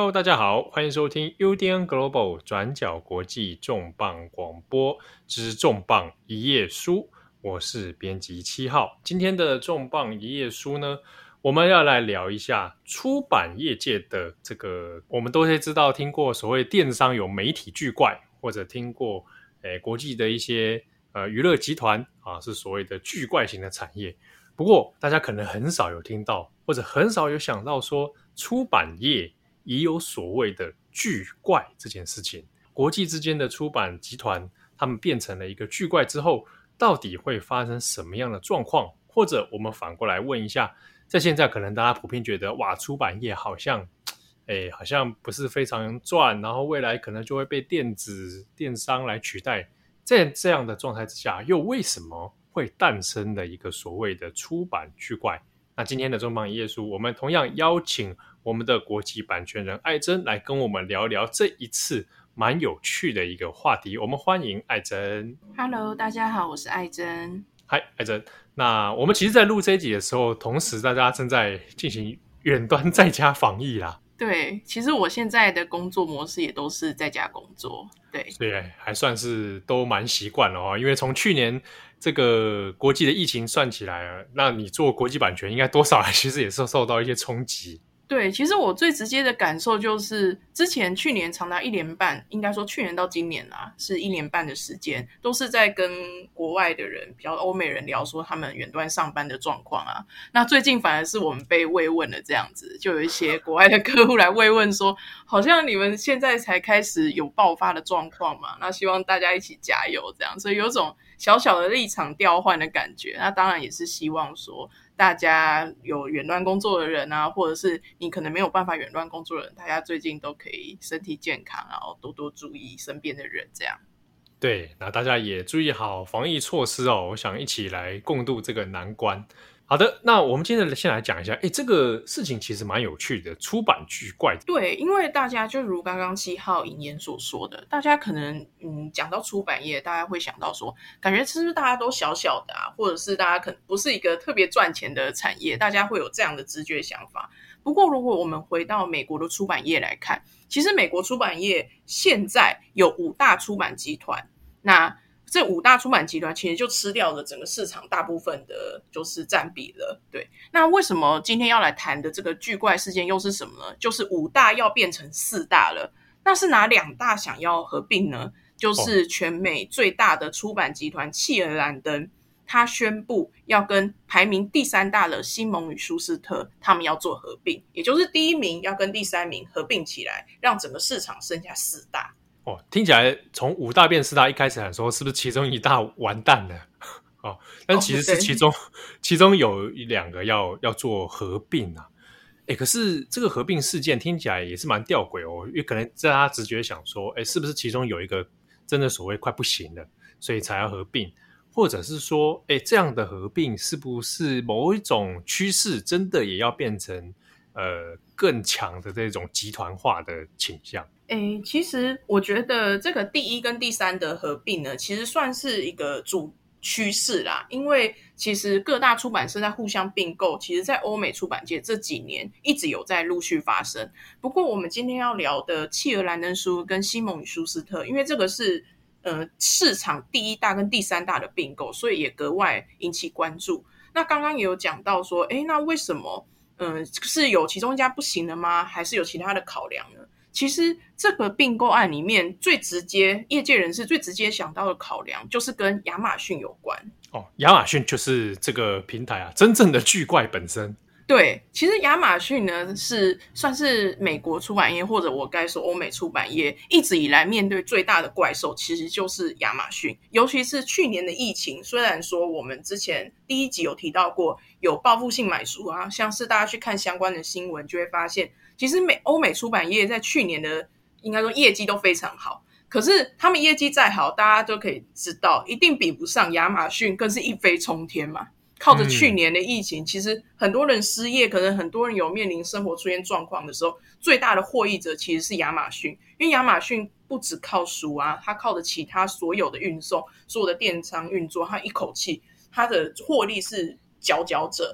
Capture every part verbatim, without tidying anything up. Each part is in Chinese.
Hello， 大家好，欢迎收听 U D N Global 转角国际重磅广播之重磅一页书，我是编辑七号。今天的重磅一页书呢，我们要来聊一下出版业界的这个，我们都会知道听过所谓电商有媒体巨怪，或者听过诶国际的一些呃娱乐集团啊，是所谓的巨怪型的产业。不过大家可能很少有听到，或者很少有想到说出版业也有所谓的巨怪这件事情。国际之间的出版集团他们变成了一个巨怪之后，到底会发生什么样的状况？或者我们反过来问一下，在现在可能大家普遍觉得哇，出版业好像诶好像不是非常赚，然后未来可能就会被电子电商来取代。在这样的状态之下，又为什么会诞生了一个所谓的出版巨怪？那今天的重磅一页书，我们同样邀请我们的国际版权人艾珍来跟我们聊聊这一次蛮有趣的一个话题。我们欢迎艾珍。 Hello， 大家好，我是艾珍。 嗨，艾珍。那我们其实在录这一集的时候，同时大家正在进行远端在家防疫啦。 对，其实我现在的工作模式也都是在家工作，对， 所以还算是都蛮习惯了哦。因为从去年这个国际的疫情算起来，那你做国际版权应该多少其实也是受到一些冲击。 对，其实我最直接的感受就是，之前去年长达一年半，应该说去年到今年啊，是一年半的时间，都是在跟国外的人，比较欧美人聊说他们远端上班的状况啊。那最近反而是我们被慰问了这样子，就有一些国外的客户来慰问说，好像你们现在才开始有爆发的状况嘛，那希望大家一起加油这样，所以有种小小的立场调换的感觉。那当然也是希望说，大家有远端工作的人啊，或者是你可能没有办法远端工作的人，大家最近都可以身体健康，然后多多注意身边的人这样。 对，那大家也注意好防疫措施哦，我想一起来共度这个难关。好的，那我们今天先来讲一下，诶，这个事情其实蛮有趣的，出版巨怪。 对，因为大家就如刚刚七号引言所说的，大家可能嗯讲到出版业，大家会想到说，感觉是不是大家都小小的啊，或者是大家可能不是一个特别赚钱的产业，大家会有这样的直觉想法。不过如果我们回到美国的出版业来看，其实美国出版业现在有五大出版集团，那这五大出版集团其实就吃掉了整个市场大部分的就是占比了。对，那为什么今天要来谈的这个巨怪事件又是什么呢？就是五大要变成四大了。那是哪两大想要合并呢？就是全美最大的出版集团契尔兰登，他宣布要跟排名第三大的西蒙与舒斯特他们要做合并，也就是第一名要跟第三名合并起来，让整个市场剩下四大。 哦，听起来从五大变四大，一开始喊说是不是其中一大完蛋了？哦，但其实是其中、哦、其中有两个要要做合并啊。诶，可是这个合并事件听起来也是蛮吊诡哦，因为可能在他直觉想说，诶，是不是其中有一个真的所谓快不行了，所以才要合并？或者是说，诶，这样的合并是不是某一种趋势，真的也要变成呃更强的这种集团化的倾向？ 诶，其实我觉得这个第一跟第三的合并呢，其实算是一个主趋势啦。因为其实各大出版社在互相并购，其实在欧美出版界这几年一直有在陆续发生。不过我们今天要聊的契尔兰登书跟西蒙与舒斯特，因为这个是呃市场第一大跟第三大的并购，所以也格外引起关注。那刚刚也有讲到说，诶，那为什么嗯、呃、是有其中一家不行了吗？还是有其他的考量呢？其实这个并购案里面最直接，业界人士最直接想到的考量就是跟亚马逊有关。 哦，亚马逊就是这个平台啊，真正的巨怪本身。 对，其实亚马逊呢是算是美国出版业，或者我该说欧美出版业一直以来面对最大的怪兽，其实就是亚马逊。尤其是去年的疫情，虽然说我们之前第一集有提到过有报复性买书啊，像是大家去看相关的新闻就会发现，其实美欧美出版业在去年的应该说业绩都非常好。可是他们业绩再好，大家都可以知道一定比不上亚马逊，更是一飞冲天嘛。靠着去年的疫情、嗯、其实很多人失业，可能很多人有面临生活出现状况的时候，最大的获益者其实是亚马逊。因为亚马逊不只靠书啊，它靠着其他所有的运送，所有的电商运作，它一口气它的获利是佼佼者啦。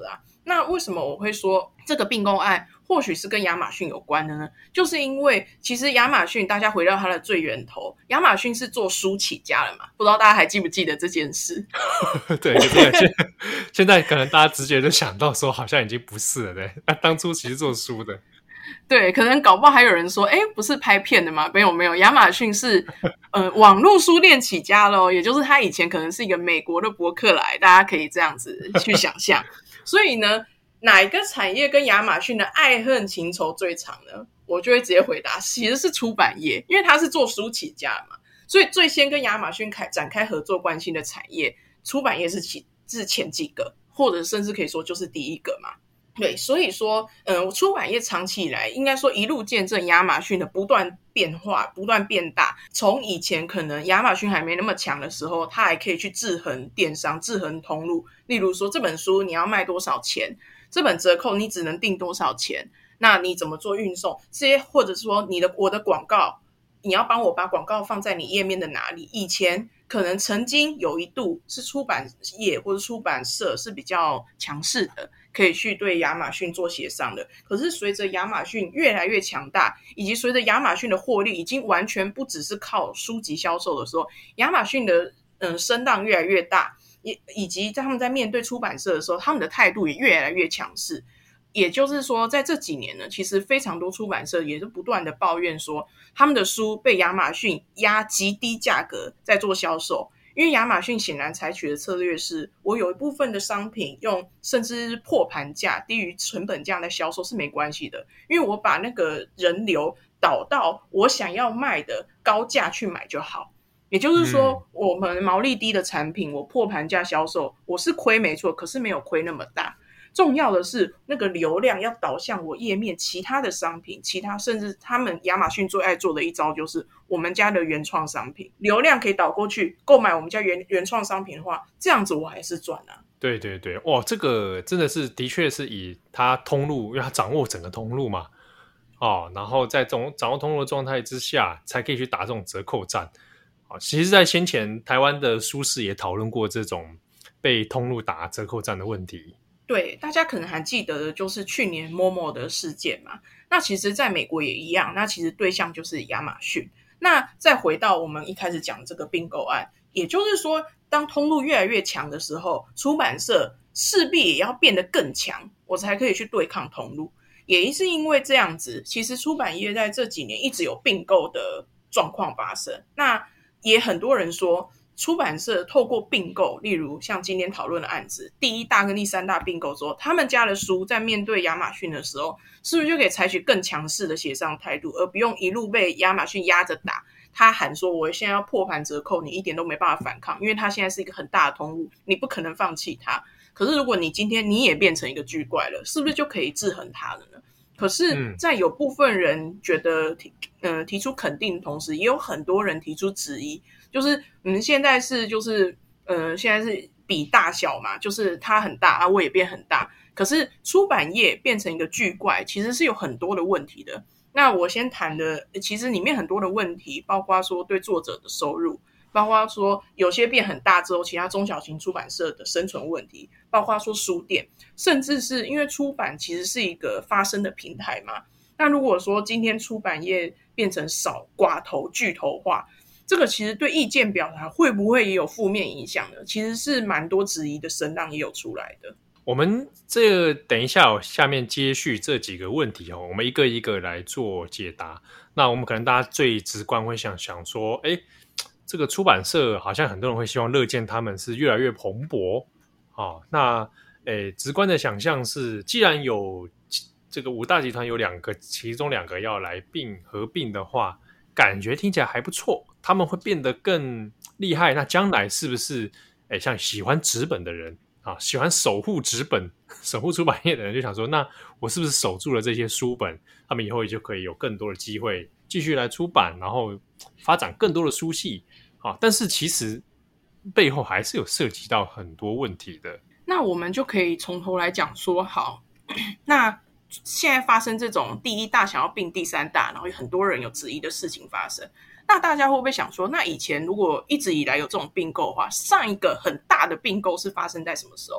那为什么我会说这个并购案或许是跟亚马逊有关的呢？就是因为其实亚马逊，大家回到它的最源头，亚马逊是做书起家的嘛，不知道大家还记不记得这件事？ 对，可是现现在可能大家直觉就想到说好像已经不是了，对，那当初其实做书的。 对，可能搞不好还有人说，哎，不是拍片的吗？没有没有，亚马逊是呃网络书店起家咯，也就是他以前可能是一个美国的博客来，大家可以这样子去想象。所以呢，哪一个产业跟亚马逊的爱恨情仇最长呢？我就会直接回答，其实是出版业，因为他是做书起家的嘛，所以最先跟亚马逊开展开合作关系的产业，出版业是其是前几个，或者甚至可以说就是第一个嘛。对，所以说，嗯，出版业长期以来，应该说一路见证亚马逊的不断变化、不断变大。从以前可能亚马逊还没那么强的时候，它还可以去制衡电商、制衡通路。例如说，这本书你要卖多少钱，这本折扣你只能定多少钱，那你怎么做运送？这些或者说你的我的广告，你要帮我把广告放在你页面的哪里？以前可能曾经有一度是出版业或者出版社是比较强势的，可以去对亚马逊做协商的。可是随着亚马逊越来越强大，以及随着亚马逊的获利已经完全不只是靠书籍销售的时候，亚马逊的嗯声浪越来越大，以以及在他们在面对出版社的时候，他们的态度也越来越强势。也就是说，在这几年呢，其实非常多出版社也是不断的抱怨说，他们的书被亚马逊压极低价格在做销售。因为亚马逊显然采取的策略是，我有一部分的商品用甚至破盘价、低于成本价的销售是没关系的，因为我把那个人流导到我想要卖的高价去买就好。也就是说，嗯、我们毛利低的产品，我破盘价销售，我是亏没错，可是没有亏那么大。重要的是那个流量要导向我页面其他的商品，其他甚至他们亚马逊最爱做的一招就是我们家的原创商品，流量可以导过去购买我们家原原创商品的话，这样子我还是赚啊。 对对对，哇，这个真的是的确是以他通路，因为他掌握整个通路嘛，哦，然后在这种掌握通路的状态之下，才可以去打这种折扣战。哦，其实在先前台湾的书市也讨论过这种被通路打折扣战的问题。 对，大家可能还记得的就是去年 Momo 的事件嘛，那其实在美国也一样，那其实对象就是亚马逊。那再回到我们一开始讲这个并购案，也就是说当通路越来越强的时候，出版社势必也要变得更强，我才可以去对抗通路。也是因为这样子，其实出版业在这几年一直有并购的状况发生。那也很多人说出版社透过并购，例如像今天讨论的案子，第一大跟第三大并购之后，他们家的书在面对亚马逊的时候，是不是就可以采取更强势的协商态度，而不用一路被亚马逊压着打？他喊说我现在要破盘折扣，你一点都没办法反抗，因为他现在是一个很大的通路，你不可能放弃他。可是如果你今天你也变成一个巨怪了，是不是就可以制衡他了呢？可是在有部分人觉得提、呃、提出肯定的同时，也有很多人提出质疑，就是嗯，现在是就是呃，现在是比大小嘛，就是它很大啊，我也变很大。可是出版业变成一个巨怪，其实是有很多的问题的。那我先谈的，其实里面很多的问题，包括说对作者的收入，包括说有些变很大之后，其他中小型出版社的生存问题，包括说书店，甚至是因为出版其实是一个发声的平台嘛。那如果说今天出版业变成少寡头巨头化，这个其实对意见表达会不会也有负面影响呢？其实是蛮多质疑的声浪也有出来的。 我们这个等一下、哦、下面接续这几个问题、哦、我们一个一个来做解答。那我们可能大家最直观会想想说，诶，这个出版社好像很多人会希望乐见他们是越来越蓬勃、哦、那诶，直观的想象是，既然有这个五大集团有两个，其中两个要来并合并的话，感觉听起来还不错，他们会变得更厉害。那将来是不是诶，像喜欢纸本的人啊，喜欢守护纸本、守护出版业的人就想说，那我是不是守住了这些书本，他们以后就可以有更多的机会继续来出版，然后发展更多的书系啊？但是其实背后还是有涉及到很多问题的。 那我们就可以从头来讲说，好，那现在发生这种第一大想要并第三大，然后有很多人有质疑的事情发生，那大家会不会想说，那以前如果一直以来有这种并购的话，上一个很大的并购是发生在什么时候？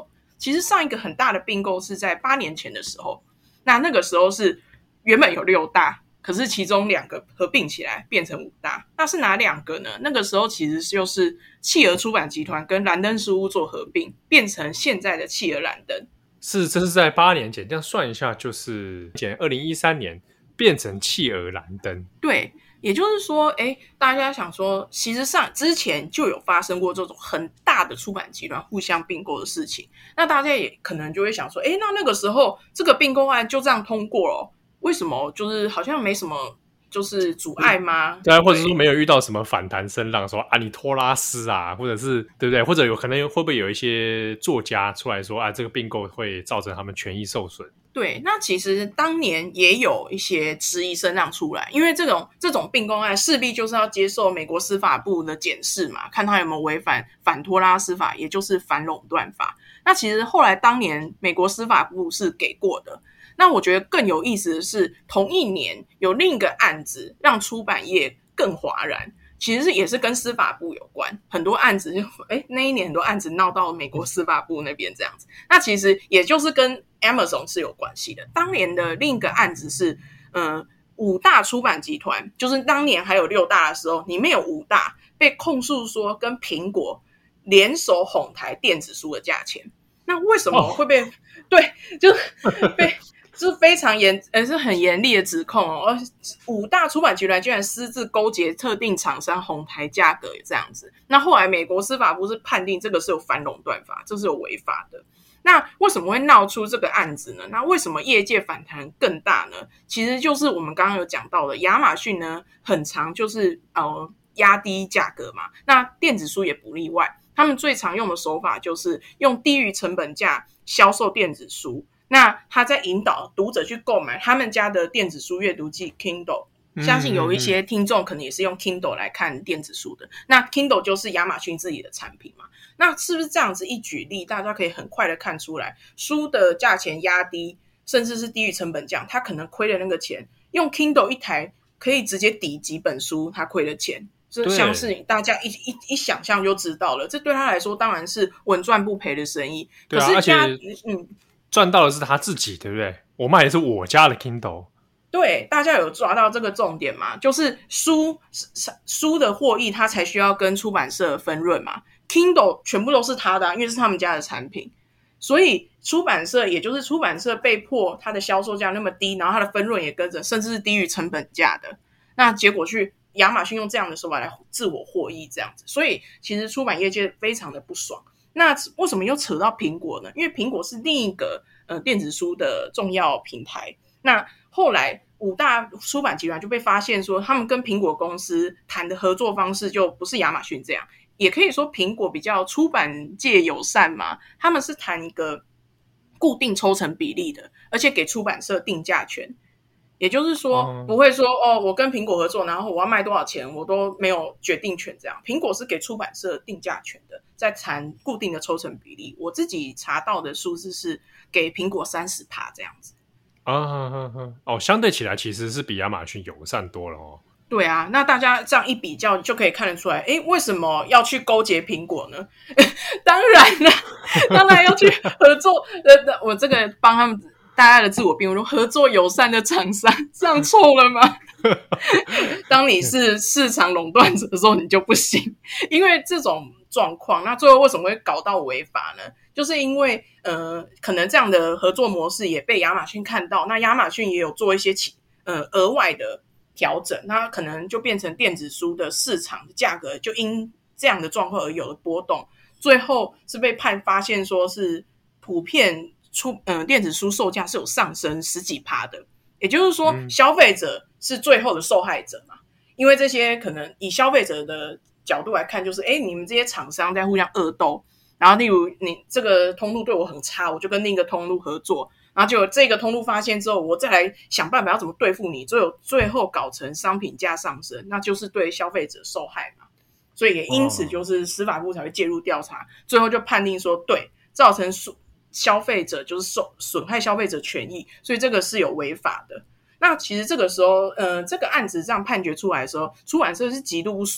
其实上一个很大的并购是在八年前的时候，那那个时候是原本有六大，可是其中两个合并起来变成五大，那是哪两个呢？那个时候其实就是企鹅出版集团跟蓝灯书屋做合并，变成现在的企鹅蓝灯。 是，这是在八年前，这样算一下就是二零一三年变成企鹅蓝灯。 对，也就是说，哎，大家想说，其实上之前就有发生过这种很大的出版集团互相并购的事情，那大家也可能就会想说，哎，那那个时候这个并购案就这样通过了，为什么就是好像没什么就是阻碍吗？ 对啊，或者说没有遇到什么反弹声浪，说啊你托拉斯啊，或者是对不对？或者有可能会不会有一些作家出来说啊，这个并购会造成他们权益受损？ 对，那其实当年也有一些质疑声浪出来，因为这种这种并购案势必就是要接受美国司法部的检视嘛，看他有没有违反反托拉斯法，也就是反垄断法。那其实后来当年美国司法部是给过的。那我觉得更有意思的是，同一年有另一个案子让出版业更哗然，其实是也是跟司法部有关，很多案子就诶那一年很多案子闹到美国司法部那边这样子。那其实也就是跟 Amazon 是有关系的。当年的另一个案子是呃五大出版集团，就是当年还有六大的时候，里面有五大被控诉说跟苹果联手哄抬电子书的价钱。那为什么会被、哦、对就是被是非常严，呃，是很严厉的指控哦。五大出版集团居然私自勾结特定厂商哄抬价格，这样子。那后来美国司法部是判定这个是有反垄断法，这是有违法的。那为什么会闹出这个案子呢？那为什么业界反弹更大呢？其实就是我们刚刚有讲到的，亚马逊呢很常就是呃压低价格嘛，那电子书也不例外。他们最常用的手法就是用低于成本价销售电子书。那他在引导读者去购买他们家的电子书阅读器 Kindle， 相信有一些听众可能也是用 Kindle 来看电子书的。那 Kindle 就是亚马逊自己的产品嘛，那是不是这样子一举例，大家可以很快的看出来，书的价钱压低，甚至是低于成本价，他可能亏的那个钱，用 Kindle 一台可以直接抵几本书他亏的钱，这相信大家一一一想象就知道了，这对他来说当然是稳赚不赔的生意。 对啊， 可是而且嗯。 赚到的是他自己，对不对？我卖的是我家的 Kindle。 对，大家有抓到这个重点吗？就是书书的获益，他才需要跟出版社分润嘛。Kindle 全部都是他的、啊，因为是他们家的产品，所以出版社也就是出版社被迫它的销售价那么低，然后它的分润也跟着，甚至是低于成本价的。那结果去亚马逊用这样的手法来自我获益，这样子，所以其实出版业界非常的不爽。那为什么又扯到苹果呢？因为苹果是另一个呃电子书的重要平台。那后来五大出版集团就被发现说，他们跟苹果公司谈的合作方式就不是亚马逊这样，也可以说苹果比较出版界友善嘛，他们是谈一个固定抽成比例的，而且给出版社定价权。也就是说不会说哦，我跟苹果合作，然后我要卖多少钱我都没有决定权这样。苹果是给出版社定价权的，在谈固定的抽成比例。我自己查到的数字是给苹果 百分之三十 这样子啊、哦，哦，相对起来其实是比亚马逊友善多了哦。 对啊，那大家这样一比较就可以看得出来，诶，为什么要去勾结苹果呢？当然了，当然要去合作。呃，我这个帮他们大家的自我辩护，合作友善的厂商，这样错了吗？当你是市场垄断者的时候，你就不行，因为这种状况，那最后为什么会搞到违法呢？就是因为呃，可能这样的合作模式也被亚马逊看到，那亚马逊也有做一些其呃额外的调整，那可能就变成电子书的市场的价格就因这样的状况而有了波动，最后是被判发现说是普遍出呃电子书售价是有上升十几趴的，也就是说、嗯、消费者是最后的受害者嘛，因为这些可能以消费者的角度来看，就是哎，你们这些厂商在互相恶斗，然后例如你这个通路对我很差，我就跟另一个通路合作，然后结果这个通路发现之后，我再来想办法要怎么对付你，最后最后搞成商品价上升，那就是对消费者受害嘛。所以也因此就是司法部才会介入调查，最后就判定说对，造成消费者就是受损害消费者权益，所以这个是有违法的。那其实这个时候呃，这个案子这样判决出来的时候，出版社是极度不爽，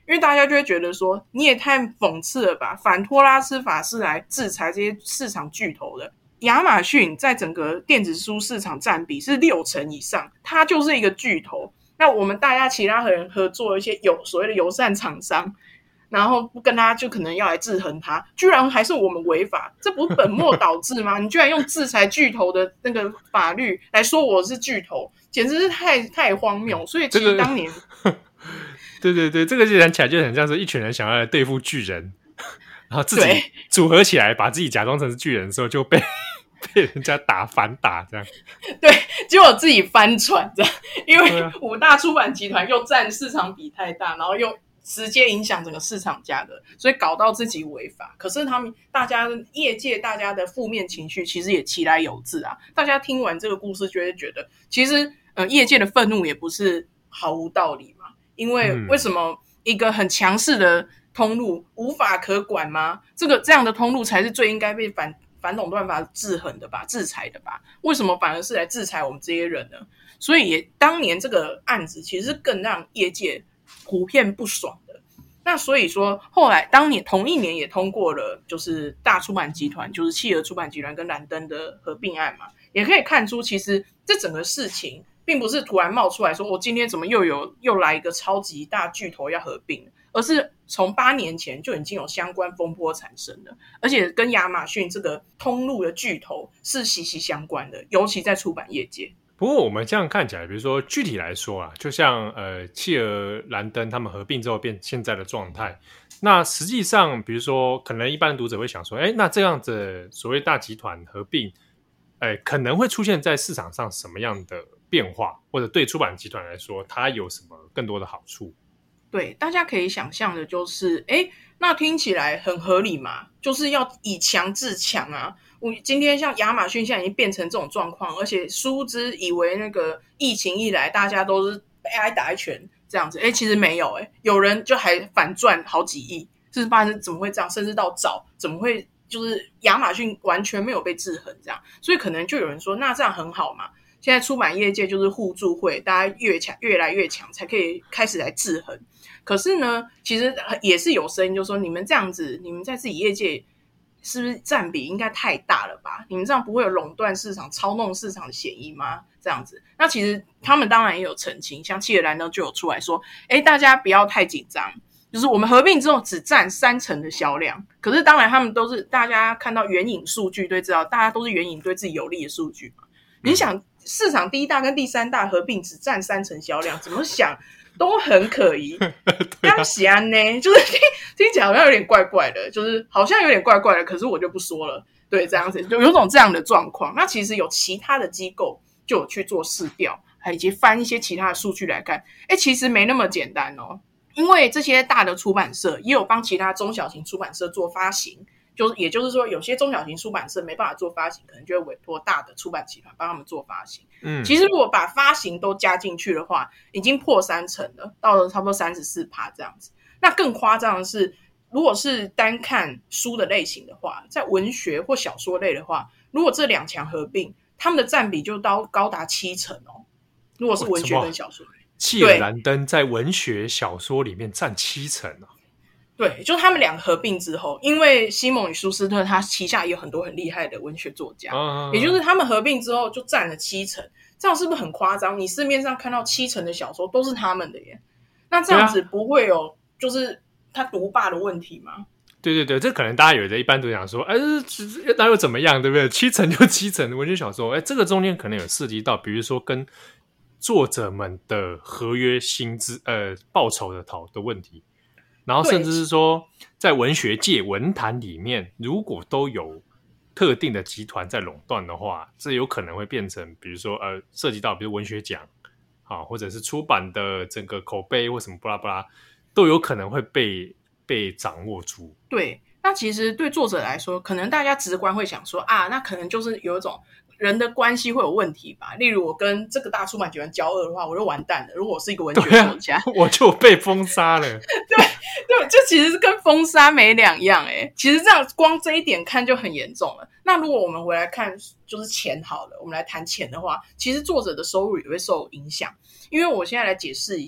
因为大家就会觉得说你也太讽刺了吧，反托拉斯法是来制裁这些市场巨头的。亚马逊在整个电子书市场占比是六成以上，它就是一个巨头。那我们大家其他人合作一些有所谓的友善厂商，然后不跟他就可能要来制衡他，居然还是我们违法，这不是本末倒置吗？你居然用制裁巨头的那个法律来说我是巨头，简直是太太荒谬。所以其实当年、 这个、对对对，这个讲起来就很像是一群人想要来对付巨人，然后自己组合起来把自己假装成是巨人的时候就被被人家打反打这样。 对，结果自己翻船这样，因为五大出版集团又占市场比太大，然后又直接影响整个市场价格，所以搞到自己违法。可是他们大家业界大家的负面情绪其实也其来有自啊。大家听完这个故事就会觉得，其实呃业界的愤怒也不是毫无道理嘛。因为为什么一个很强势的通路无法可管吗？这个这样的通路才是最应该被反反垄断法制衡的吧，制裁的吧？为什么反而是来制裁我们这些人呢？所以也当年这个案子其实更让业界普遍不爽的。那所以说后来当年同一年也通过了就是大出版集团，就是企鹅出版集团跟蓝灯的合并案嘛，也可以看出其实这整个事情并不是突然冒出来说我、哦、今天怎么又有又来一个超级大巨头要合并，而是从八年前就已经有相关风波产生了，而且跟亚马逊这个通路的巨头是息息相关的，尤其在出版业界。 不过我们这样看起来，比如说具体来说啊，就像呃企鹅蓝灯他们合并之后变现在的状态，那实际上比如说可能一般读者会想说，哎，那这样子所谓大集团合并，哎，可能会出现在市场上什么样的变化，或者对出版集团来说它有什么更多的好处？ 对，大家可以想象的就是诶，那听起来很合理嘛，就是要以强制强啊。我今天像亚马逊现在已经变成这种状况，而且殊不知以为那个疫情一来大家都是被挨打一拳这样子，诶其实没有，诶有人就还反赚好几亿，是不是怎么会这样，甚至到早怎么会就是亚马逊完全没有被制衡这样，所以可能就有人说那这样很好嘛，现在出版业界就是互助会，大家越强越来越强才可以开始来制衡。可是呢其实也是有声音就说你们这样子，你们在自己业界是不是占比应该太大了吧，你们这样不会有垄断市场操弄市场的嫌疑吗？这样子，那其实他们当然也有澄清，像企鹅蓝呢就有出来说诶大家不要太紧张，就是我们合并之后只占三成的销量，可是当然他们都是大家看到援引数据对知道大家都是援引对自己有利的数据嘛。你想市场第一大跟第三大合并只占三成销量，怎么想都很可疑。当喜安呢，就是听听起来好像有点怪怪的，就是好像有点怪怪的，可是我就不说了。对，这样子就有种这样的状况。那其实有其他的机构就有去做市调，还以及翻一些其他的数据来看，哎，其实没那么简单哦。因为这些大的出版社也有帮其他中小型出版社做发行，就是也就是说有些中小型出版社没办法做发行，可能就会委托大的出版集团帮他们做发行。嗯，其实如果把发行都加进去的话，已经破三成了，到了差不多 百分之三十四 这样子。那更夸张的是，如果是单看书的类型的话，在文学或小说类的话，如果这两强合并，他们的占比就到高达七成哦。如果是文学跟小说类， 企鹅蓝灯在文学小说里面占七成啊。 对，就他们两个合并之后，因为西蒙与舒斯特他旗下也有很多很厉害的文学作家，啊、也就是他们合并之后就占了七成，这样是不是很夸张？你市面上看到七成的小说都是他们的耶，那这样子不会有就是他独霸的问题吗？ 对对对，这可能大家有的一般都想说，哎，那又怎么样，对不对？七成就七成的文学小说，哎，这个中间可能有涉及到，比如说跟作者们的合约薪资、呃报酬的讨的问题。然后甚至是说在文学界文坛里面，如果都有特定的集团在垄断的话，这有可能会变成比如说呃涉及到比如文学奖、啊、或者是出版的整个口碑或什么布拉布拉，都有可能会被被掌握住。 对，那其实对作者来说，可能大家直观会想说啊，那可能就是有一种人的关系会有问题吧。例如我跟这个大出版集团交恶的话，我就完蛋了。如果我是一个文学作家、啊、 我就被封杀了。 对对，这其实是跟封杀没两样诶。其实这样光这一点看就很严重了。那如果我们回来看就是钱好了，我们来谈钱的话，其实作者的收入也会受影响。因为我现在来解释一下好了，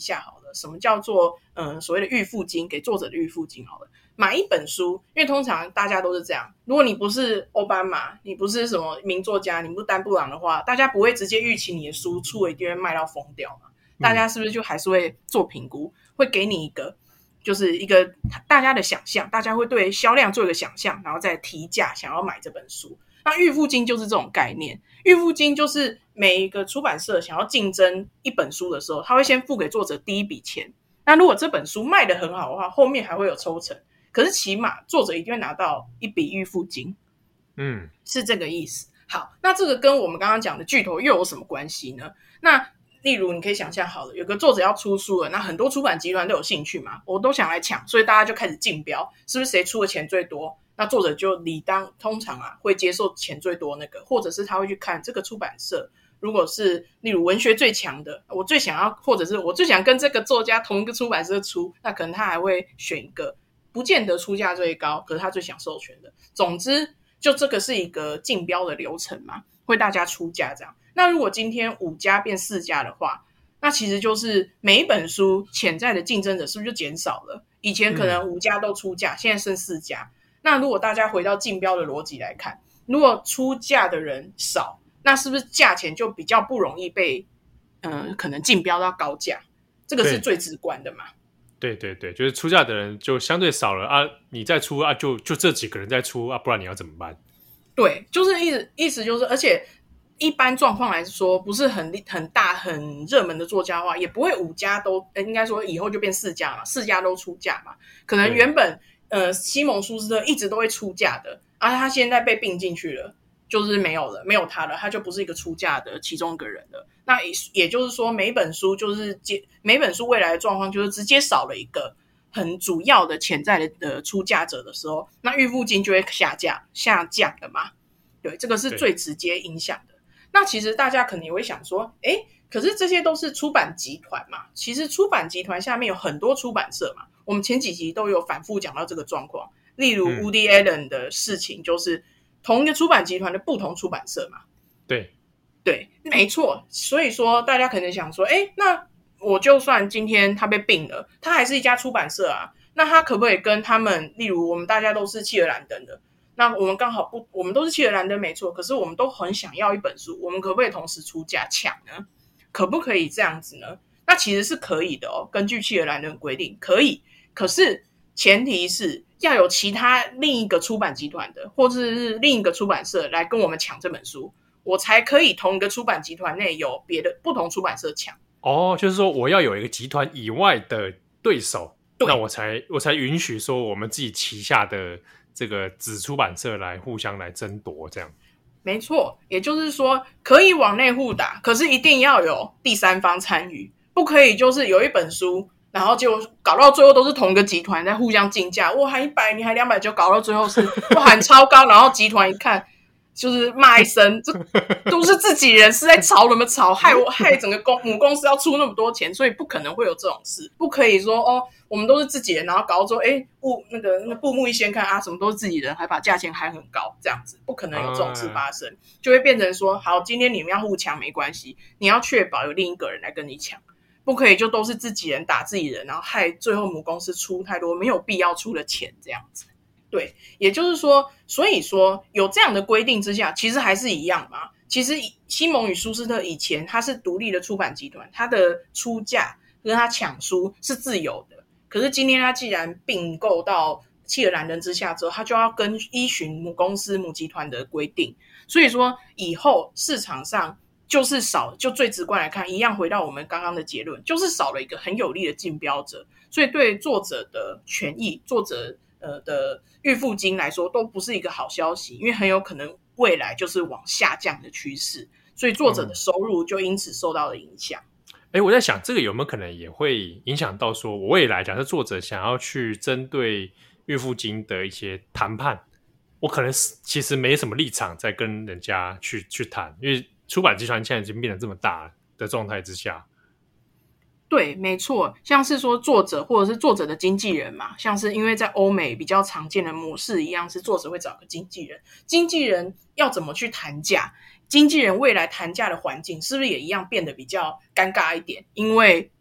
了，什么叫做嗯所谓的预付金，给作者的预付金好了。买一本书，因为通常大家都是这样，如果你不是奥巴马，你不是什么名作家，你不是丹布朗的话，大家不会直接预期你的书出了一定会卖到疯掉嘛。大家是不是就还是会做评估，会给你一个就是一个大家的想象，大家会对销量做一个想象，然后再提价想要买这本书。那预付金就是这种概念，预付金就是每一个出版社想要竞争一本书的时候，他会先付给作者第一笔钱，那如果这本书卖得很好的话，后面还会有抽成，可是起码作者一定会拿到一笔预付金，嗯，是这个意思。好，那这个跟我们刚刚讲的巨头又有什么关系呢？那例如你可以想象好了，有个作者要出书了，那很多出版集团都有兴趣嘛，我都想来抢，所以大家就开始竞标，是不是谁出的钱最多，那作者就理当通常啊会接受钱最多那个，或者是他会去看这个出版社，如果是例如文学最强的，我最想要，或者是我最想跟这个作家同一个出版社出，那可能他还会选一个不见得出价最高，可是他最想授权的。总之就这个是一个竞标的流程嘛，会大家出价这样。那如果今天五家变四家的话，那其实就是每一本书潜在的竞争者是不是就减少了？以前可能五家都出价，嗯，现在剩四家。那如果大家回到竞标的逻辑来看，如果出价的人少，那是不是价钱就比较不容易被呃可能竞标到高价？这个是最直观的嘛。 对对对，就是出价的人就相对少了啊，你再出啊，就就这几个人再出啊，不然你要怎么办？ 对，就是意思意思就是，而且一般状况来说，不是很很大很热门的作家的话，也不会五家都，应该说以后就变四家嘛，四家都出价嘛。可能原本呃西蒙舒斯特一直都会出价的，啊，他现在被并进去了，就是没有了，没有他了，他就不是一个出价的其中一个人了。那也就是说，每本书就是接每本书未来的状况就是直接少了一个很主要的潜在的的出价者的时候，那预付金就会下降下降的嘛。对，这个是最直接影响的。那其实大家可能也会想说，诶，可是这些都是出版集团嘛，其实出版集团下面有很多出版社嘛，我们前几集都有反复讲到这个状况，例如 Woody Allen 的事情，就是同一个出版集团的不同出版社嘛。 对对，没错。所以说大家可能想说，诶，那我就算今天他被并了，他还是一家出版社啊，那他可不可以跟他们，例如我们大家都是企鹅兰登的，那我们刚好不，我们都是企鹅兰登没错，可是我们都很想要一本书，我们可不可以同时出价抢呢？可不可以这样子呢？那其实是可以的哦，根据企鹅兰登规定可以，可是前提是要有其他另一个出版集团的，或者是另一个出版社来跟我们抢这本书，我才可以同一个出版集团内有别的不同出版社抢。 哦，就是说我要有一个集团以外的对手，那我才我才允许说我们自己旗下的这个子出版社来互相来争夺，这样。 没错，也就是说可以往内互打，可是一定要有第三方参与，不可以就是有一本书，然后就搞到最后都是同一个集团在互相竞价，我喊一百，你喊两百，就搞到最后是我喊超高，然后集团一看就是骂一声，这都是自己人，是在吵什么吵，害我害整个公母公司要出那么多钱，所以不可能会有这种事，不可以说哦，我们都是自己人，然后搞到说，哎，布那个那个布幕一掀看啊，什么都是自己人，还把价钱喊很高，这样子不可能有这种事发生，就会变成说，好，今天你们要互抢没关系，你要确保有另一个人来跟你抢，不可以就都是自己人打自己人，然后害最后母公司出太多没有必要出的钱，这样子。对，也就是说，所以说有这样的规定之下，其实还是一样嘛。其实西蒙与舒斯特以前他是独立的出版集团，他的出价跟他抢书是自由的。可是今天他既然并购到企鹅兰登之下之后，他就要跟依循母公司母集团的规定。所以说以后市场上就是少，就最直观来看，一样回到我们刚刚的结论，就是少了一个很有力的竞标者，所以对作者的权益，作者呃的预付金来说都不是一个好消息，因为很有可能未来就是往下降的趋势，所以作者的收入就因此受到了影响。 哎、嗯，我在想这个有没有可能也会影响到说，我未来假设作者想要去针对预付金的一些谈判，我可能其实没什么立场在跟人家去去谈，因为出版集团现在已经变得这么大的状态之下。 对，没错，像是说作者或者是作者的经纪人嘛，像是因为在欧美比较常见的模式一样，是作者会找个经纪人，经纪人要怎么去谈价，经纪人未来谈价的环境是不是也一样变得比较尴尬一点，因为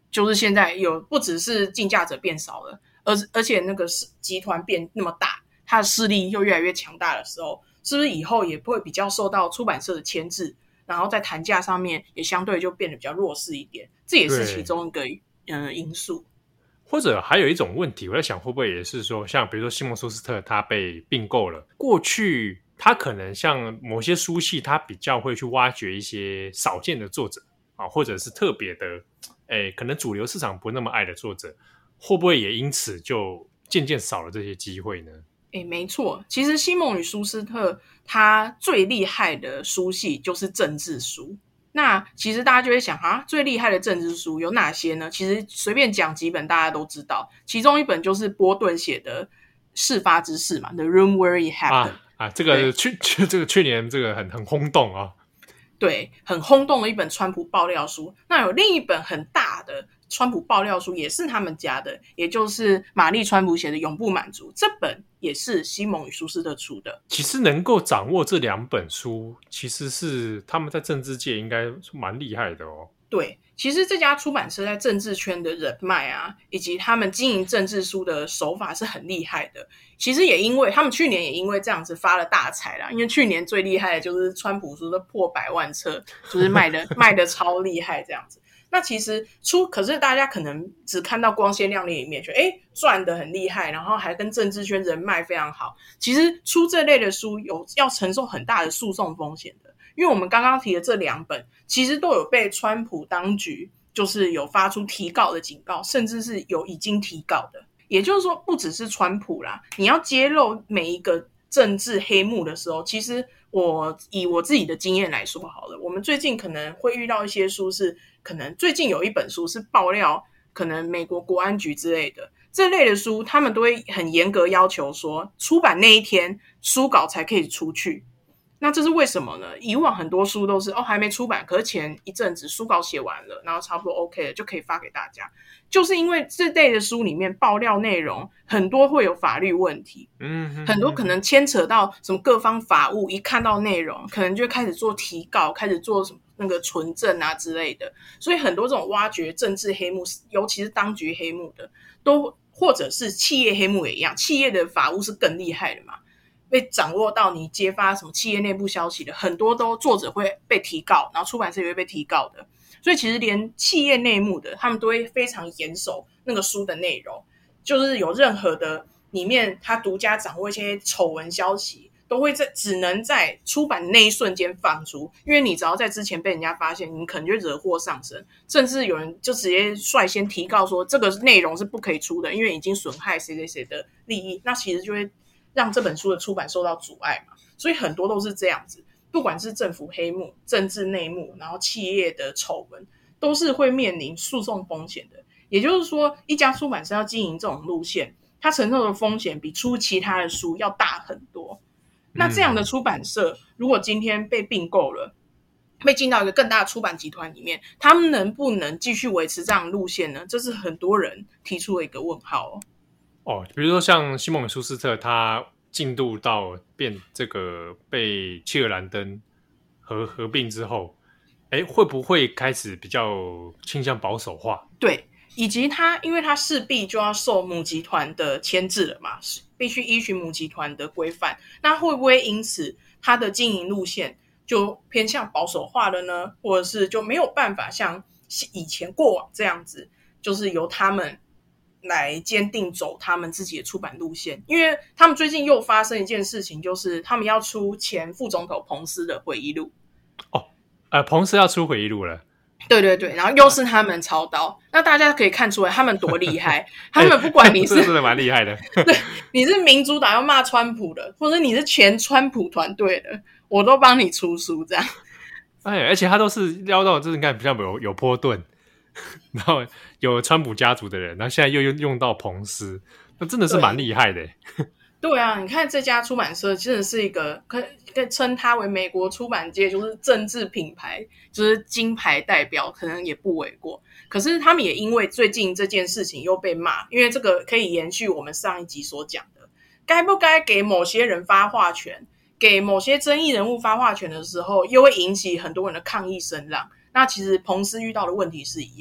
就是现在有不只是竞价者变少了，而而且那个集团变那么大，它的势力又越来越强大的时候，是不是以后也会比较受到出版社的牵制，然后在谈价上面也相对就变得比较弱势一点，这也是其中一个呃因素。 或者还有一种问题，我在想会不会也是说，像比如说西蒙苏斯特他被并购了，过去他可能像某些书系，他比较会去挖掘一些少见的作者啊，或者是特别的，诶，可能主流市场不那么爱的作者，会不会也因此就渐渐少了这些机会呢？ 诶，没错，其实西蒙与舒斯特他最厉害的书系就是政治书。那其实大家就会想啊，最厉害的政治书有哪些呢？其实随便讲几本大家都知道，其中一本就是波顿写的《事发之事》嘛，《The Room Where It Happened》 啊啊，这个去这个去年这个很很轰动啊， 对，很轰动的一本川普爆料书。那有另一本很大的川普爆料书，也是他们家的，也就是玛丽川普写的《永不满足》，这本也是西蒙与舒斯特出的。 其实能够掌握这两本书，其实是他们在政治界应该蛮厉害的哦。 对，其实这家出版社在政治圈的人脉啊，以及他们经营政治书的手法是很厉害的。其实也因为他们去年也因为这样子发了大财啦，因为去年最厉害的就是川普书的破百万册，就是卖的卖的超厉害这样子。那其实出，可是大家可能只看到光鲜亮丽的一面，觉得诶赚得很厉害，然后还跟政治圈人脉非常好。其实出这类的书有要承受很大的诉讼风险的。因为我们刚刚提的这两本其实都有被川普当局就是有发出提告的警告，甚至是有已经提告的。也就是说不只是川普啦，你要揭露每一个政治黑幕的时候，其实我以我自己的经验来说好了，我们最近可能会遇到一些书是可能最近有一本书是爆料可能美国国安局之类的这类的书，他们都会很严格要求说出版那一天书稿才可以出去。那这是为什么呢？以往很多书都是哦还没出版，可是前一阵子书稿写完了，然后差不多 OK 了就可以发给大家。就是因为这类的书里面爆料内容很多会有法律问题，嗯，很多可能牵扯到什么各方法务，一看到内容可能就开始做提告，开始做什么那个存证啊之类的。所以很多这种挖掘政治黑幕，尤其是当局黑幕的，都或者是企业黑幕也一样，企业的法务是更厉害的嘛。被掌握到你揭发什么企业内部消息的，很多都作者会被提告，然后出版社也会被提告的。所以其实连企业内幕的，他们都会非常严守那个书的内容，就是有任何的里面他独家掌握一些丑闻消息，都会在只能在出版那一瞬间放出，因为你只要在之前被人家发现，你可能就惹祸上身，甚至有人就直接率先提告说这个内容是不可以出的，因为已经损害谁谁谁的利益，那其实就会让这本书的出版受到阻碍嘛。所以很多都是这样子，不管是政府黑幕、政治内幕，然后企业的丑闻，都是会面临诉讼风险的。也就是说，一家出版社要经营这种路线，它承受的风险比出其他的书要大很多。那这样的出版社如果今天被并购了，被进到一个更大的出版集团里面，他们能不能继续维持这样的路线呢？这是很多人提出了一个问号哦。 哦，比如说像西蒙·舒斯特，他进度到变这个被契尔兰登合合并之后，哎，会不会开始比较倾向保守化？ 对，以及他因为他势必就要受母集团的牵制了嘛，必须依循母集团的规范，那会不会因此他的经营路线就偏向保守化了呢？或者是就没有办法像以前过往这样子，就是由他们来坚定走他们自己的出版路线？因为他们最近又发生一件事情，就是他们要出前副总统彭斯的回忆录。 哦，呃，彭斯要出回忆录了。 对对对，然后又是他们操刀，那大家可以看出来他们多厉害。他们不管你是真的蛮厉害的， 对，你是民主党要骂川普的，或者你是前川普团队的，我都帮你出书这样。 哎，而且他都是撩到，就是你看比较有有波顿，然后有川普家族的人，然后现在又用用到彭斯，那真的是蛮厉害的。 对啊，你看这家出版社真的是一个可可以称它为美国出版界就是政治品牌，就是金牌代表，可能也不为过。可是他们也因为最近这件事情又被骂，因为这个可以延续我们上一集所讲的，该不该给某些人发话权，给某些争议人物发话权的时候，又会引起很多人的抗议声浪。那其实彭斯遇到的问题是一样，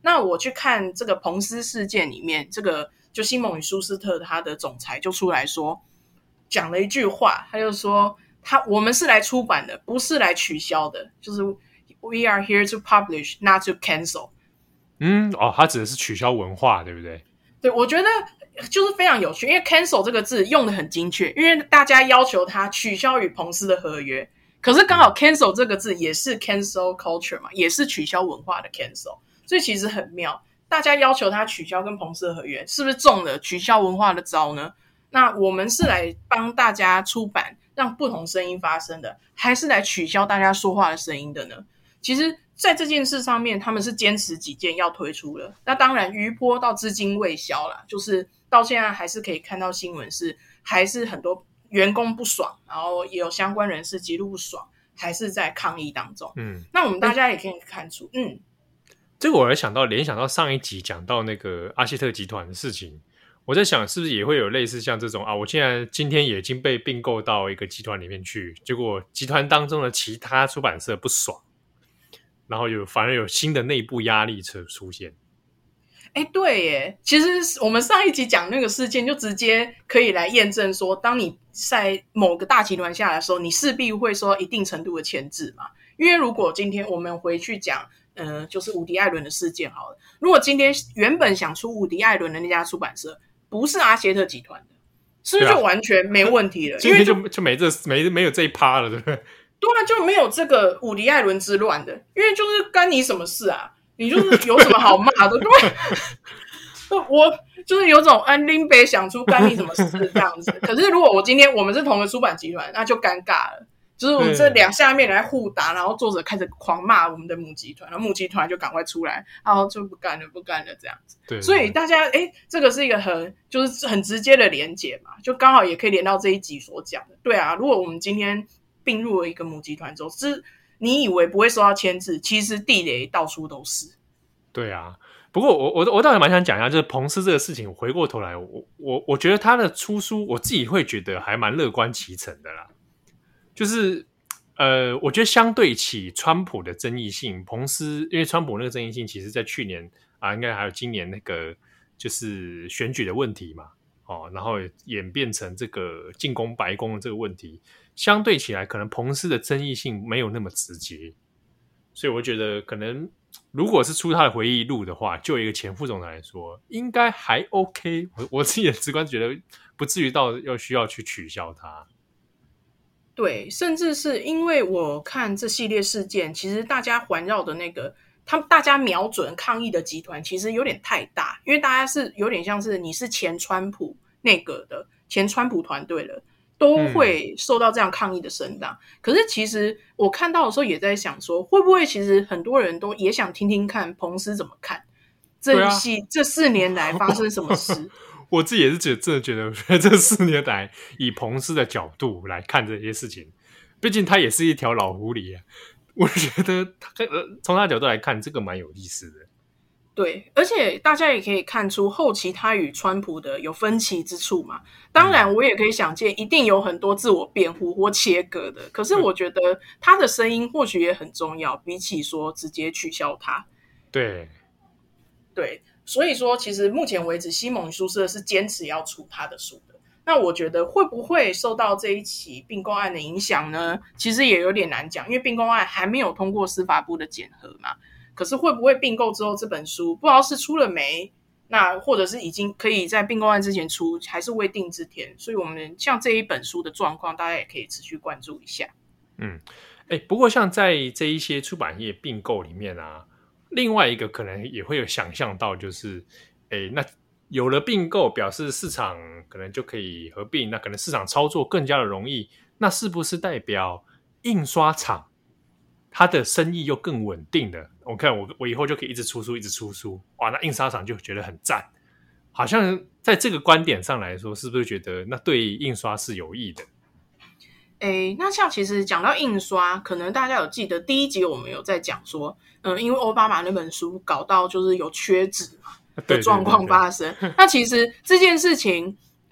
那我去看这个彭斯事件里面，这个就西蒙与舒斯特他的总裁就出来说，讲了一句话，他就说他我们是来出版的，不是来取消的，就是 We are here to publish, not to cancel。 嗯，哦，他指的是取消文化，对不对？ 对，我觉得就是非常有趣，因为 cancel 这个字用的很精确，因为大家要求他取消与彭斯的合约，可是刚好 cancel 这个字也是 cancel culture 嘛，也是取消文化的 cancel， 所以其实很妙，大家要求他取消跟彭斯的合约，是不是中了取消文化的招呢？那我们是来帮大家出版让不同声音发声的，还是来取消大家说话的声音的呢？其实在这件事上面他们是坚持己见要推出了，那当然余波到至今未消啦，就是到现在还是可以看到新闻是还是很多员工不爽，然后也有相关人士极度不爽，还是在抗议当中。嗯，那我们大家也可以看出，嗯， 这个我还想到联想到上一集讲到那个阿希特集团的事情，我在想是不是也会有类似像这种啊，我现在今天也已经被并购到一个集团里面去，结果集团当中的其他出版社不爽，然后有反而有新的内部压力出现。 哎，对耶，其实我们上一集讲那个事件就直接可以来验证说，当你在某个大集团下来的时候，你势必会受到一定程度的牵制嘛。因为如果今天我们回去讲呃，就是伍迪·艾伦的事件好了，如果今天原本想出伍迪·艾伦的那家出版社不是阿谢特集团的，是不是就完全没问题了？ 啊、因为就就没这没没有这一趴了，对不对？ 对啊，就没有这个伍迪·艾伦之乱的，因为就是干你什么事啊？你就是有什么好骂的？对，我就是有种安林北想出干你什么事这样子。可是如果我今天我们是同个出版集团，那就尴尬了。就是我们这两下面来互打，然后作者开始狂骂我们的母集团，然后母集团就赶快出来，然后就不干了，不干了这样子。对，所以大家哎，这个是一个很就是很直接的连结嘛，就刚好也可以连到这一集所讲的。对啊，如果我们今天并入了一个母集团之后，是你以为不会受到牵制，其实地雷到处都是。 对啊，不过我我我倒是蛮想讲一下，就是彭斯这个事情，回过头来，我我我觉得他的出书，我自己会觉得还蛮乐观其成的啦。就是呃，我觉得相对起川普的争议性，彭斯因为川普那个争议性，其实在去年啊，应该还有今年那个就是选举的问题嘛，哦，然后演变成这个进攻白宫的这个问题，相对起来，可能彭斯的争议性没有那么直接，所以我觉得可能如果是出他的回忆录的话，就一个前副总裁来说，应该还 OK。我我自己的直观觉得不至于到要需要去取消他。 对，甚至是因为我看这系列事件，其实大家环绕的那个，他们大家瞄准抗议的集团，其实有点太大，因为大家是有点像是你是前川普内阁的前川普团队了，都会受到这样抗议的声浪。嗯、可是其实我看到的时候也在想说，会不会其实很多人都也想听听看彭斯怎么看这一系、啊、这四年来发生什么事。 我自己也是觉得真的觉得，我觉得这四年来以彭斯的角度来看这些事情，毕竟他也是一条老狐狸啊。我觉得他从他的角度来看，这个蛮有意思的。 对，而且大家也可以看出后期他与川普的有分歧之处嘛。当然，我也可以想见，一定有很多自我辩护或切割的。可是我觉得他的声音或许也很重要，比起说直接取消他。 对， 对。所以说其实目前为止西蒙舒斯特是坚持要出他的书的，那我觉得会不会受到这一起并购案的影响呢？其实也有点难讲，因为并购案还没有通过司法部的检核嘛。可是会不会并购之后这本书不知道是出了没，那或者是已经可以在并购案之前出，还是未定之天，所以我们像这一本书的状况大家也可以持续关注一下。 嗯，欸、不过像在这一些出版业并购里面啊，另外一个可能也会有想象到，就是，诶，那有了并购，表示市场可能就可以合并，那可能市场操作更加的容易，那是不是代表印刷厂它的生意又更稳定了？我看我我以后就可以一直出书，一直出书，哇，那印刷厂就觉得很赞。好像在这个观点上来说，是不是觉得那对印刷是有益的？ 诶，那像其实讲到印刷，可能大家有记得第一集我们有在讲说，嗯，因为奥巴马那本书搞到就是有缺纸嘛的状况发生。那其实这件事情，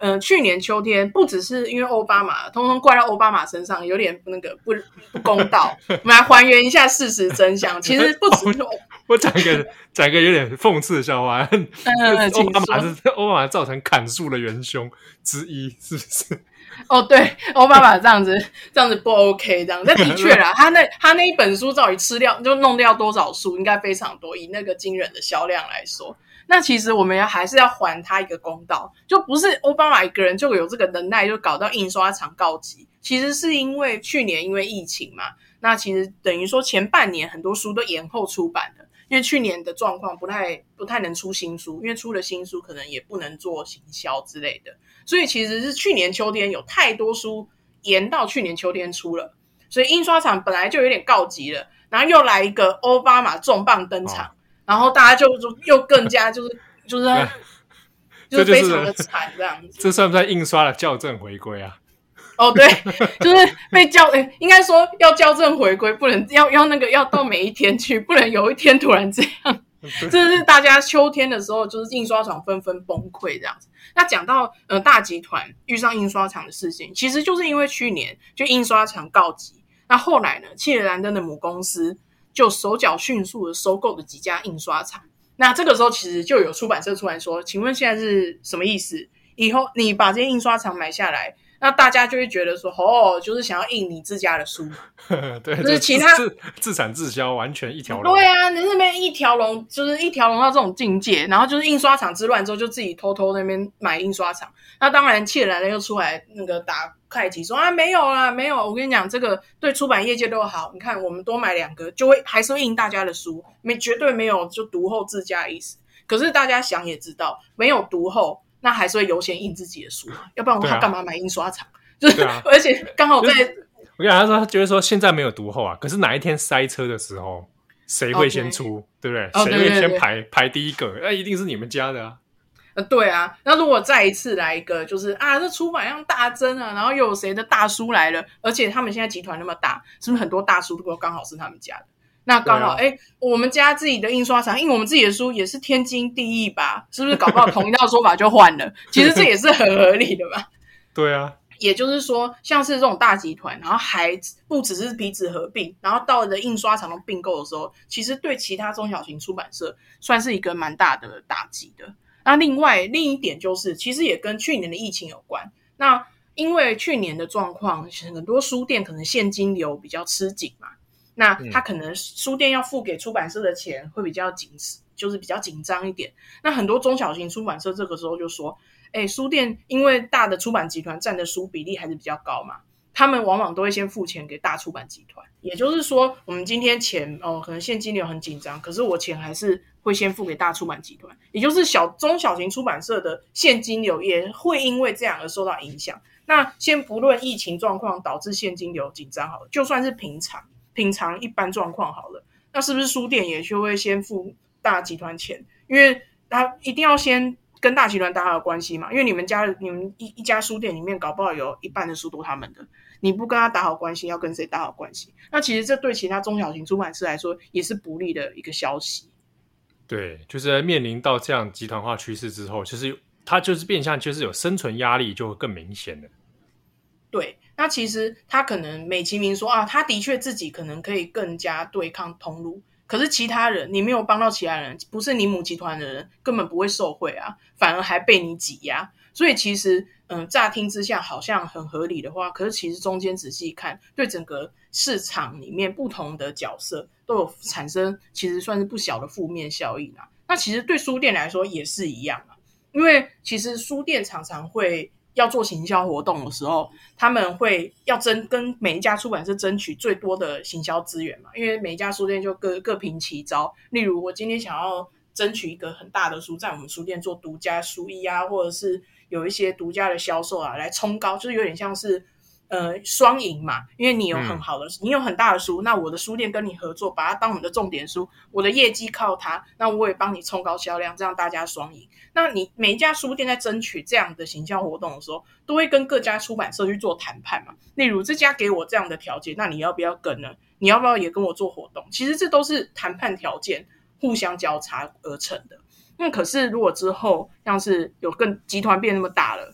呃，去年秋天不只是因为奥巴马，通通怪到奥巴马身上，有点那个不不公道。我们来还原一下事实真相，其实不只是、 哦、我讲一个讲一个有点讽刺的笑话，嗯，奥巴马是奥巴马造成砍树的元凶之一，是不是？ 哦，对，奥巴马这样子这样子不 OK， 这样，那的确啦，他那他那一本书到底吃掉就弄掉多少书，应该非常多，以那个惊人的销量来说。那其实我们要还是要还他一个公道，就不是奥巴马一个人就有这个能耐就搞到印刷厂告急，其实是因为去年因为疫情嘛，那其实等于说前半年很多书都延后出版了，因为去年的状况不太不太能出新书，因为出了新书可能也不能做行销之类的，所以其实是去年秋天有太多书延到去年秋天出了，所以印刷厂本来就有点告急了，然后又来一个奥巴马重磅登场、哦，然后大家就又更加就是就是就是非常的惨这样子。 这算不算印刷的校正回归啊？ 哦，对，就是被校，诶，应该说要校正回归，不能要要那个要到每一天去，不能有一天突然这样。这是大家秋天的时候，就是印刷厂纷纷崩溃这样子。那讲到呃大集团遇上印刷厂的事情，其实就是因为去年就印刷厂告急，那后来呢，契尔兰登的母公司就手脚迅速的收购了几家印刷厂。那这个时候其实就有出版社出来说，请问现在是什么意思？以后你把这些印刷厂买下来，那大家就会觉得说，哦，就是想要印你自家的书。 对， 就是其他自, 自产自销，完全一条龙。 对啊，你那边一条龙，就是一条龙到这种境界，然后就是印刷厂之乱之后，就自己偷偷那边买印刷厂。那当然，契尔兰又出来那个打太极说啊，没有啦，没有。我跟你讲，这个对出版业界都好。你看，我们多买两个，就会还是会印大家的书，没绝对没有就独厚自家的意思。可是大家想也知道，没有独厚，那还是会优先印自己的书，要不然他干嘛买印刷厂？啊、就是、啊，而且刚好在。就是我跟他说，他觉得说现在没有独厚啊，可是哪一天塞车的时候，谁会先出， okay. 对不对？谁、oh, 会先排排第一个？那一定是你们家的啊。 呃，对啊。那如果再一次来一个，就是啊，这出版量大增啊，然后又有谁的大书来了，而且他们现在集团那么大，是不是很多大书都刚好是他们家的？那刚好，哎、啊，我们家自己的印刷厂印我们自己的书也是天经地义吧？是不是？搞不好同一套说法就换了，其实这也是很合理的吧？ 对啊。 也就是说，像是这种大集团，然后还不只是彼此合并，然后到了印刷厂都并购的时候，其实对其他中小型出版社算是一个蛮大的打击的。那另外另一点就是，其实也跟去年的疫情有关。那因为去年的状况，很多书店可能现金流比较吃紧嘛，那他可能书店要付给出版社的钱会比较紧，就是比较紧张一点。那很多中小型出版社这个时候就说，哎，书店因为大的出版集团占的书比例还是比较高嘛，他们往往都会先付钱给大出版集团。也就是说，我们今天钱哦，可能现金流很紧张，可是我钱还是会先付给大出版集团。也就是小中小型出版社的现金流也会因为这样而受到影响。那先不论疫情状况导致现金流紧张好了，就算是平常平常一般状况好了，那是不是书店也就会先付大集团钱？因为他一定要先跟大集团打好关系嘛，因为你们家你们 一, 一家书店里面搞不好有一半的书都他们的，你不跟他打好关系，要跟谁打好关系？那其实这对其他中小型出版社来说也是不利的一个消息。 对，就是在面临到这样集团化趋势之后，其实它就是变相就是有生存压力就会更明显了。 对，那其实他可能美其名说啊，他的确自己可能可以更加对抗通路，可是其他人你没有帮到其他人，不是你母集团的人根本不会受惠啊，反而还被你挤压。所以其实嗯，乍听之下好像很合理的话，可是其实中间仔细看，对整个市场里面不同的角色都有产生其实算是不小的负面效应啊。那其实对书店来说也是一样啊，因为其实书店常常会要做行销活动的时候，他们会要争跟每一家出版社争取最多的行销资源嘛，因为每一家书店就各各凭其招。例如我今天想要争取一个很大的书在我们书店做独家书衣啊，或者是有一些独家的销售啊来冲高，就是有点像是呃双赢嘛，因为你有很好的、嗯、你有很大的书，那我的书店跟你合作把它当我们的重点书，我的业绩靠它，那我也帮你冲高销量，这样大家双赢。那你每一家书店在争取这样的行销活动的时候，都会跟各家出版社去做谈判嘛，例如这家给我这样的条件，那你要不要跟呢？你要不要也跟我做活动？其实这都是谈判条件互相交叉而成的。那可是如果之后像是有更集团变那么大了，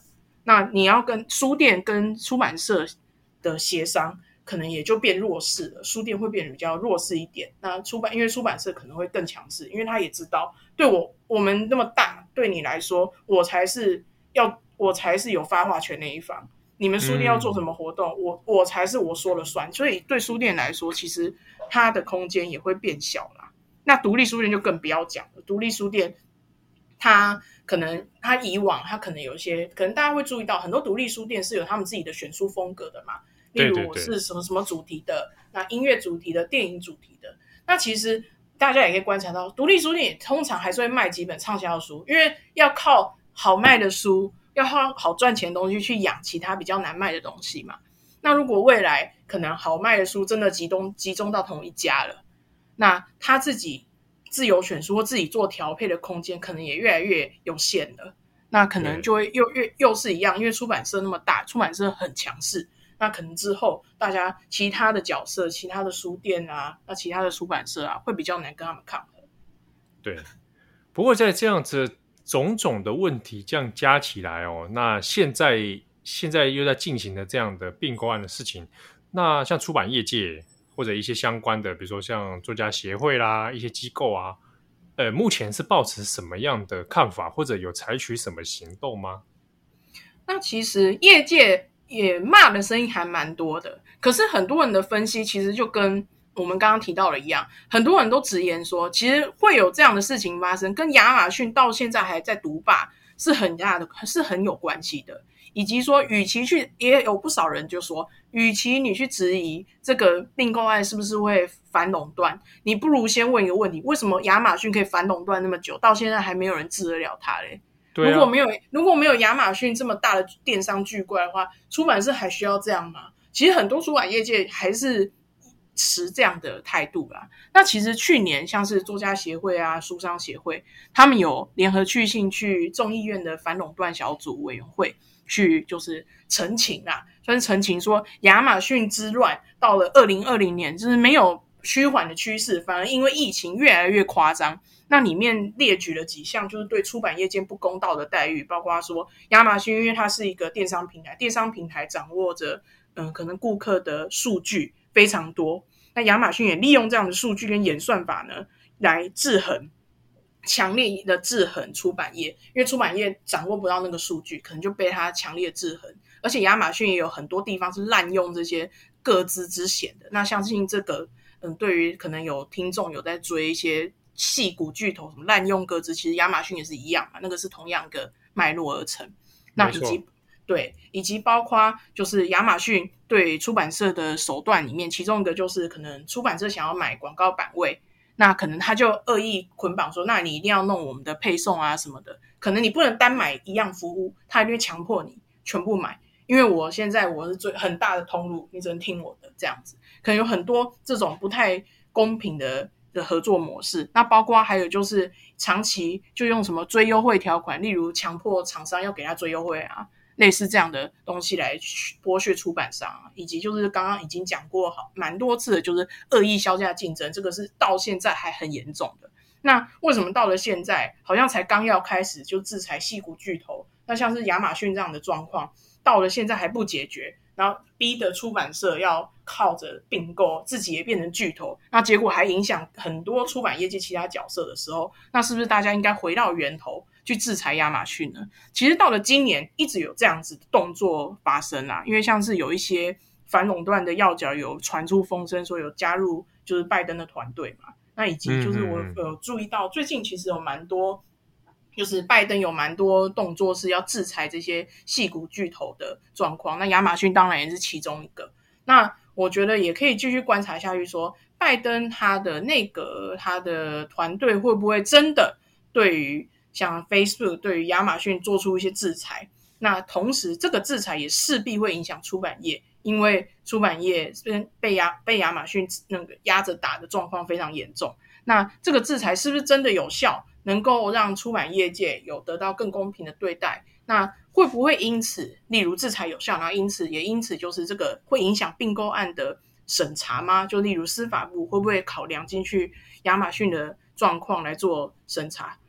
那你要跟书店跟出版社的协商，可能也就变弱势了，书店会变得比较弱势一点。那出版因为出版社可能会更强势，因为他也知道，对我我们那么大，对你来说，我才是要我才是有发话权那一方。你们书店要做什么活动，嗯、我我才是我说了算。所以对书店来说，其实它的空间也会变小啦。那独立书店就更不要讲了，独立书店它可能它以往它可能有一些，可能大家会注意到，很多独立书店是有他们自己的选书风格的嘛。例如我是什么什么主题的，那音乐主题的，电影主题的。那其实大家也可以观察到，独立书店也通常还是会卖几本畅销书，因为要靠好卖的书，要靠好赚钱的东西去养其他比较难卖的东西嘛。那如果未来可能好卖的书真的集中集中到同一家了，那他自己自由选书或自己做调配的空间可能也越来越有限了。那可能就会又又又是一样，因为出版社那么大，出版社很强势。那可能之后大家其他的角色，其他的书店啊，那其他的出版社啊，会比较难跟他们抗衡。 对，不过在这样子种种的问题这样加起来哦，那现在现在又在进行的这样的并购案的事情，那像出版业界或者一些相关的，比如说像作家协会啦，一些机构啊，呃，目前是抱持什么样的看法，或者有采取什么行动吗？ 那其实业界也骂的声音还蛮多的，可是很多人的分析其实就跟我们刚刚提到的一样，很多人都直言说，其实会有这样的事情发生，跟亚马逊到现在还在独霸是很大的，是很有关系的。以及说，与其去，也有不少人就说，与其你去质疑这个并购案是不是会反垄断，你不如先问一个问题：为什么亚马逊可以反垄断那么久，到现在还没有人治得了它嘞？ 对啊、 如果没有如果没有亚马逊这么大的电商巨怪的话，出版社还需要这样吗？其实很多出版业界还是持这样的态度啦。那其实去年像是作家协会啊、书商协会，他们有联合去信去众议院的反垄断小组委员会去就是陈情啦，算是陈情说亚马逊之乱到了二零二零年就是没有趋缓的趋势，反而因为疫情越来越夸张。那里面列举了几项就是对出版业界不公道的待遇，包括说亚马逊因为它是一个电商平台，电商平台掌握着嗯可能顾客的数据非常多，那亚马逊也利用这样的数据跟演算法呢来制衡，强烈的制衡出版业，因为出版业掌握不到那个数据，可能就被它强烈制衡。而且亚马逊也有很多地方是滥用这些个资之嫌的。那相信这个嗯，对于可能有听众有在追一些矽谷巨头什么滥用个资，其实亚马逊也是一样嘛，那个是同样一个脉络而成。那以及对，以及包括就是亚马逊对出版社的手段里面，其中一个就是可能出版社想要买广告版位，那可能他就恶意捆绑说，那你一定要弄我们的配送啊什么的，可能你不能单买一样服务，他一定会强迫你全部买，因为我现在我是最很大的通路，你只能听我的这样子，可能有很多这种不太公平的的合作模式。那包括还有就是长期就用什么追优惠条款，例如强迫厂商要给他追优惠啊，类似这样的东西来剥削出版商、啊、以及就是刚刚已经讲过好蛮多次的，就是恶意销价竞争，这个是到现在还很严重的。那为什么到了现在好像才刚要开始就制裁矽谷巨头，那像是亚马逊这样的状况到了现在还不解决，然后逼得出版社要靠着并购自己也变成巨头，那结果还影响很多出版业界其他角色的时候，那是不是大家应该回到源头去制裁亚马逊呢？其实到了今年一直有这样子的动作发生啊，因为像是有一些反垄断的要角有传出风声说有加入就是拜登的团队嘛，那以及就是我有注意到最近其实有蛮多就是拜登有蛮多动作是要制裁这些矽谷巨头的状况，那亚马逊当然也是其中一个。那我觉得也可以继续观察下去说，拜登他的内阁他的团队会不会真的对于像 Facebook 对于亚马逊做出一些制裁，那同时这个制裁也势必会影响出版业，因为出版业被亚被亚马逊那个压着打的状况非常严重，那这个制裁是不是真的有效，能够让出版业界有得到更公平的对待，那会不会因此例如制裁有效，然后因此也因此就是这个会影响并购案的审查吗？就例如司法部会不会考量进去亚马逊的状况来做审查，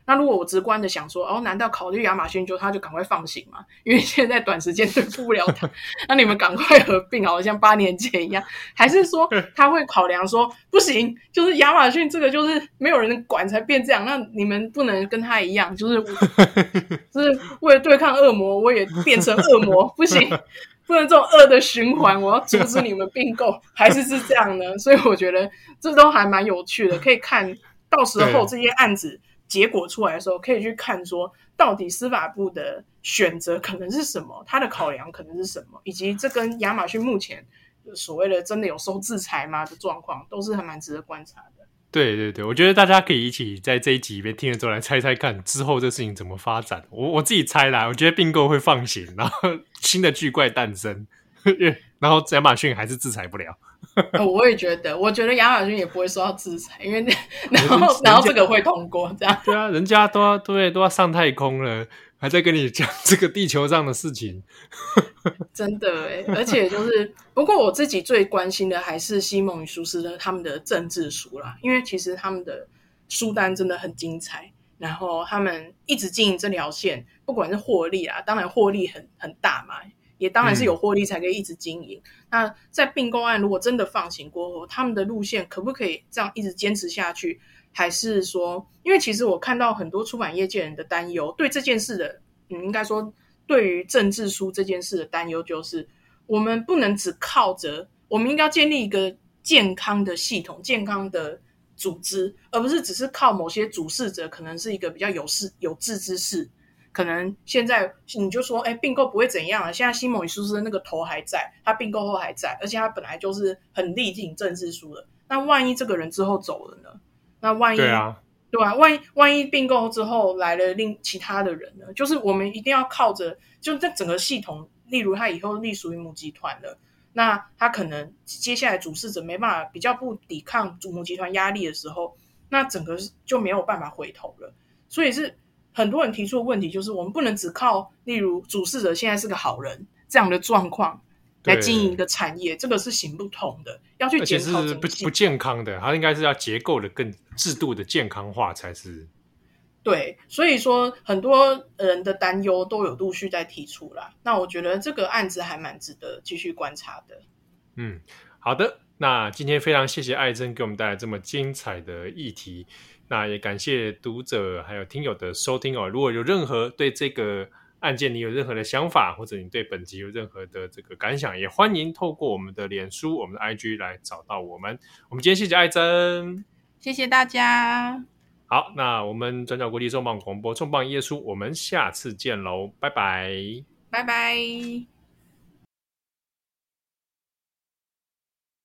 那如果我直观的想说，哦，难道考虑亚马逊就他就赶快放行吗？因为现在短时间对付不了他，那你们赶快合并，好像八年前一样？还是说他会考量说，不行，就是亚马逊这个就是没有人管才变这样，那你们不能跟他一样，就是就是为了对抗恶魔，我也变成恶魔，不行。不能这种恶的循环，我要阻止你们并购，还是是这样呢？所以我觉得这都还蛮有趣的，可以看到时候这些案子结果出来的时候，可以去看说到底司法部的选择可能是什么，他的考量可能是什么，以及这跟亚马逊目前所谓的真的有收制裁吗的状况，都是还蛮值得观察的。 对对对，我觉得大家可以一起在这一集里面听了之后来猜猜看之后这事情怎么发展。我我自己猜啦，我觉得并购会放行，然后新的巨怪诞生，然后亚马逊还是制裁不了。 呃、我也觉得，我觉得亚马逊也不会受到制裁，因为然后然后这个会通过，这样对啊，人家都要对都要上太空了，还在跟你讲这个地球上的事情。 真的耶，而且就是不过我自己最关心的还是西蒙与舒斯的他们的政治书啦，因为其实他们的书单真的很精彩，然后他们一直经营这条线，不管是获利啦，当然获利很很大嘛，也当然是有获利才可以一直经营、嗯、那在并购案如果真的放行过后，他们的路线可不可以这样一直坚持下去，还是说因为其实我看到很多出版业界人的担忧，对这件事的嗯，应该说对于政治书这件事的担忧就是我们不能只靠着，我们应该建立一个健康的系统，健康的组织，而不是只是靠某些主事者可能是一个比较有事有志之士，可能现在你就说哎，并购不会怎样了，现在西蒙与舒斯的那个头还在，他并购后还在，而且他本来就是很力挺政治书的，那万一这个人之后走了呢？那万一对啊对吧、啊？万一万一并购之后来了另其他的人呢？就是我们一定要靠着，就在整个系统，例如他以后隶属于母集团了，那他可能接下来主事者没办法比较不抵抗母集团压力的时候，那整个就没有办法回头了。所以是很多人提出的问题，就是我们不能只靠例如主事者现在是个好人这样的状况来经营一个产业，这个是行不通的，要去检讨整个系统， 而且是不不健康的，它应该是要结构的更制度的健康化才是。 对，所以说很多人的担忧都有陆续在提出啦。那我觉得这个案子还蛮值得继续观察的。 嗯，好的，那今天非常谢谢艾珍给我们带来这么精彩的议题，那也感谢读者还有听友的收听哦。如果有任何对这个案件你有任何的想法，或者你对本集有任何的这个感想，也欢迎透过我们的脸书我们的 I G 来找到我们。我们今天谢谢艾珍， 谢谢大家。 好，那我们转角国际重磅广播重磅耶稣，我们下次见喽，拜拜， 拜拜。